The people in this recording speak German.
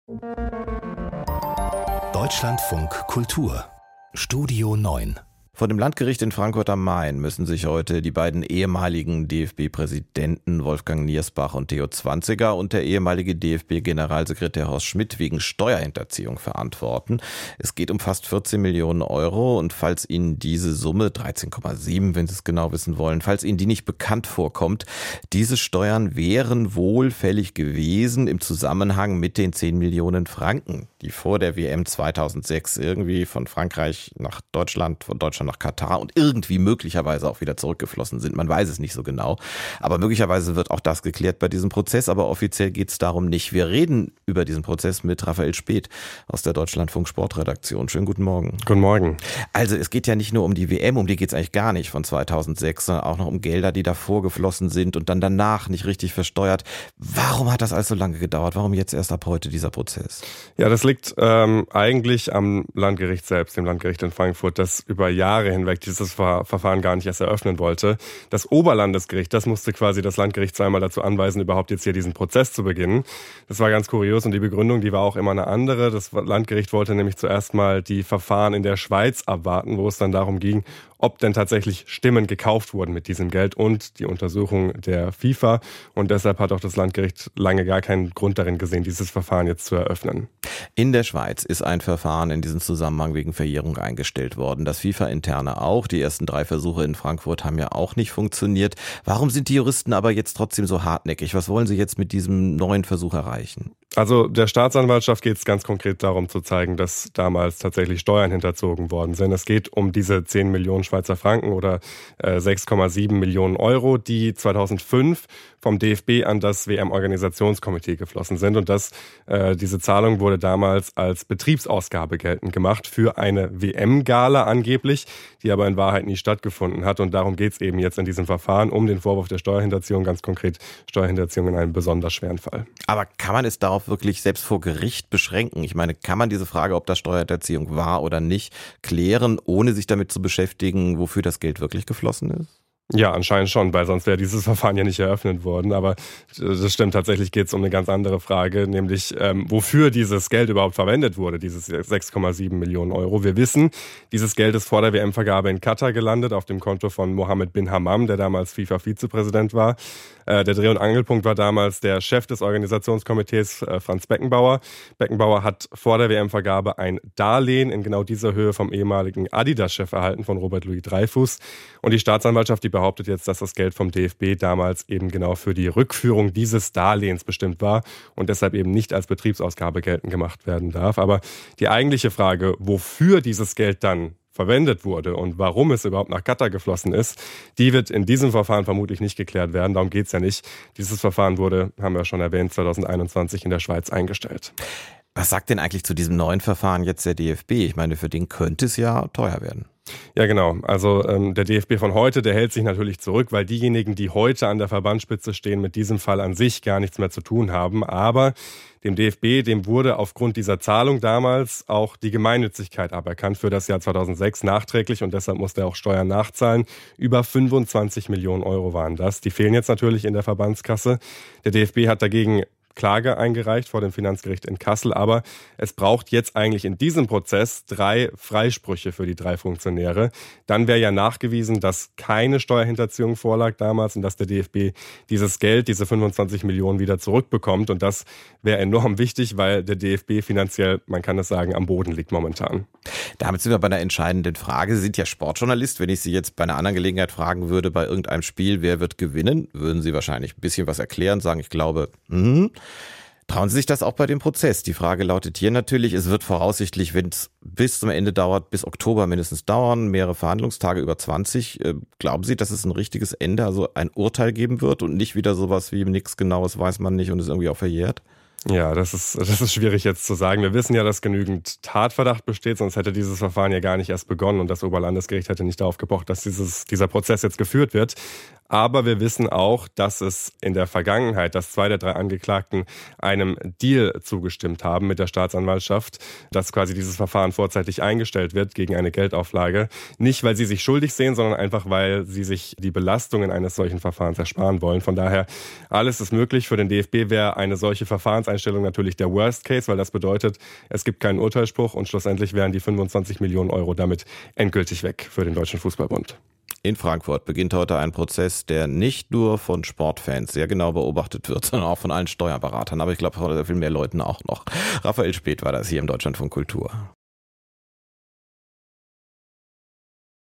Deutschlandfunk Kultur Studio 9. Vor dem Landgericht in Frankfurt am Main müssen sich heute die beiden ehemaligen DFB-Präsidenten Wolfgang Niersbach und Theo Zwanziger und der ehemalige DFB-Generalsekretär Horst Schmidt wegen Steuerhinterziehung verantworten. Es geht um fast 14 Millionen Euro und falls Ihnen diese Summe, 13,7, wenn Sie es genau wissen wollen, falls Ihnen die nicht bekannt vorkommt, diese Steuern wären wohl fällig gewesen im Zusammenhang mit den 10 Millionen Franken, die vor der WM 2006 irgendwie von Frankreich nach Deutschland, von Deutschland nach Katar und irgendwie möglicherweise auch wieder zurückgeflossen sind. Man weiß es nicht so genau. Aber möglicherweise wird auch das geklärt bei diesem Prozess. Aber offiziell geht es darum nicht. Wir reden über diesen Prozess mit Raphael Späth aus der Deutschlandfunk Sportredaktion. Schönen guten Morgen. Guten Morgen. Also es geht ja nicht nur um die WM, um die geht es eigentlich gar nicht von 2006, sondern auch noch um Gelder, die davor geflossen sind und dann danach nicht richtig versteuert. Warum hat das alles so lange gedauert? Warum jetzt erst ab heute dieser Prozess? Ja, das liegt eigentlich am Landgericht selbst, dem Landgericht in Frankfurt, das über Jahre hinweg dieses Verfahren gar nicht erst eröffnen wollte. Das Oberlandesgericht, das musste quasi das Landgericht zweimal dazu anweisen, überhaupt jetzt hier diesen Prozess zu beginnen. Das war ganz kurios und die Begründung, die war auch immer eine andere. Das Landgericht wollte nämlich zuerst mal die Verfahren in der Schweiz abwarten, wo es dann darum ging, ob denn tatsächlich Stimmen gekauft wurden mit diesem Geld und die Untersuchung der FIFA. Und deshalb hat auch das Landgericht lange gar keinen Grund darin gesehen, dieses Verfahren jetzt zu eröffnen. In der Schweiz ist ein Verfahren in diesem Zusammenhang wegen Verjährung eingestellt worden. Das FIFA-interne auch. Die ersten 3 Versuche in Frankfurt haben ja auch nicht funktioniert. Warum sind die Juristen aber jetzt trotzdem so hartnäckig? Was wollen sie jetzt mit diesem neuen Versuch erreichen? Also der Staatsanwaltschaft geht es ganz konkret darum zu zeigen, dass damals tatsächlich Steuern hinterzogen worden sind. Es geht um diese 10 Millionen Schweizer Franken oder 6,7 Millionen Euro, die 2005 vom DFB an das WM-Organisationskomitee geflossen sind. Und diese Zahlung wurde damals als Betriebsausgabe geltend gemacht für eine WM-Gala angeblich, die aber in Wahrheit nie stattgefunden hat. Und darum geht es eben jetzt in diesem Verfahren um den Vorwurf der Steuerhinterziehung, ganz konkret Steuerhinterziehung in einem besonders schweren Fall. Aber kann man es darauf wirklich selbst vor Gericht beschränken? Ich meine, kann man diese Frage, ob das Steuerhinterziehung war oder nicht, klären, ohne sich damit zu beschäftigen, wofür das Geld wirklich geflossen ist? Ja, anscheinend schon, weil sonst wäre dieses Verfahren ja nicht eröffnet worden. Aber das stimmt, tatsächlich geht es um eine ganz andere Frage, nämlich wofür dieses Geld überhaupt verwendet wurde, dieses 6,7 Millionen Euro. Wir wissen, dieses Geld ist vor der WM-Vergabe in Katar gelandet, auf dem Konto von Mohammed bin Hammam, der damals FIFA-Vizepräsident war. Der Dreh- und Angelpunkt war damals der Chef des Organisationskomitees, Franz Beckenbauer. Beckenbauer hat vor der WM-Vergabe ein Darlehen in genau dieser Höhe vom ehemaligen Adidas-Chef erhalten, von Robert Louis Dreyfus. Und die Staatsanwaltschaft, die behauptet jetzt, dass das Geld vom DFB damals eben genau für die Rückführung dieses Darlehens bestimmt war und deshalb eben nicht als Betriebsausgabe geltend gemacht werden darf. Aber die eigentliche Frage, wofür dieses Geld dann verwendet wurde und warum es überhaupt nach Katar geflossen ist, die wird in diesem Verfahren vermutlich nicht geklärt werden. Darum geht es ja nicht. Dieses Verfahren wurde, haben wir schon erwähnt, 2021 in der Schweiz eingestellt. Was sagt denn eigentlich zu diesem neuen Verfahren jetzt der DFB? Ich meine, für den könnte es ja teuer werden. Ja, genau. Also der DFB von heute, der hält sich natürlich zurück, weil diejenigen, die heute an der Verbandsspitze stehen, mit diesem Fall an sich gar nichts mehr zu tun haben. Aber dem DFB, dem wurde aufgrund dieser Zahlung damals auch die Gemeinnützigkeit aberkannt für das Jahr 2006 nachträglich und deshalb musste er auch Steuern nachzahlen. Über 25 Millionen Euro waren das. Die fehlen jetzt natürlich in der Verbandskasse. Der DFB hat dagegen Klage eingereicht vor dem Finanzgericht in Kassel, aber es braucht jetzt eigentlich in diesem Prozess 3 Freisprüche für die 3 Funktionäre. Dann wäre ja nachgewiesen, dass keine Steuerhinterziehung vorlag damals und dass der DFB dieses Geld, diese 25 Millionen wieder zurückbekommt und das wäre enorm wichtig, weil der DFB finanziell, man kann es sagen, am Boden liegt momentan. Damit sind wir bei einer entscheidenden Frage. Sie sind ja Sportjournalist. Wenn ich Sie jetzt bei einer anderen Gelegenheit fragen würde, bei irgendeinem Spiel, wer wird gewinnen, würden Sie wahrscheinlich ein bisschen was erklären, sagen, ich glaube, Trauen Sie sich das auch bei dem Prozess? Die Frage lautet hier natürlich, es wird voraussichtlich, wenn es bis zum Ende dauert, bis Oktober mindestens dauern, mehrere Verhandlungstage, über 20. Glauben Sie, dass es ein richtiges Ende, also ein Urteil geben wird und nicht wieder sowas wie nichts Genaues weiß man nicht und ist irgendwie auch verjährt? Ja, das ist schwierig jetzt zu sagen. Wir wissen ja, dass genügend Tatverdacht besteht, sonst hätte dieses Verfahren ja gar nicht erst begonnen und das Oberlandesgericht hätte nicht darauf gepocht, dass dieser Prozess jetzt geführt wird. Aber wir wissen auch, dass es in der Vergangenheit, dass 2 der 3 Angeklagten einem Deal zugestimmt haben mit der Staatsanwaltschaft, dass quasi dieses Verfahren vorzeitig eingestellt wird gegen eine Geldauflage. Nicht, weil sie sich schuldig sehen, sondern einfach, weil sie sich die Belastungen eines solchen Verfahrens ersparen wollen. Von daher, alles ist möglich. Für den DFB wäre eine solche Verfahrenseinstellung natürlich der Worst Case, weil das bedeutet, es gibt keinen Urteilsspruch und schlussendlich wären die 25 Millionen Euro damit endgültig weg für den Deutschen Fußballbund. In Frankfurt beginnt heute ein Prozess, der nicht nur von Sportfans sehr genau beobachtet wird, sondern auch von allen Steuerberatern. Aber ich glaube, von sehr viel mehr Leuten auch noch. Raphael Späth war das hier im Deutschlandfunk Kultur.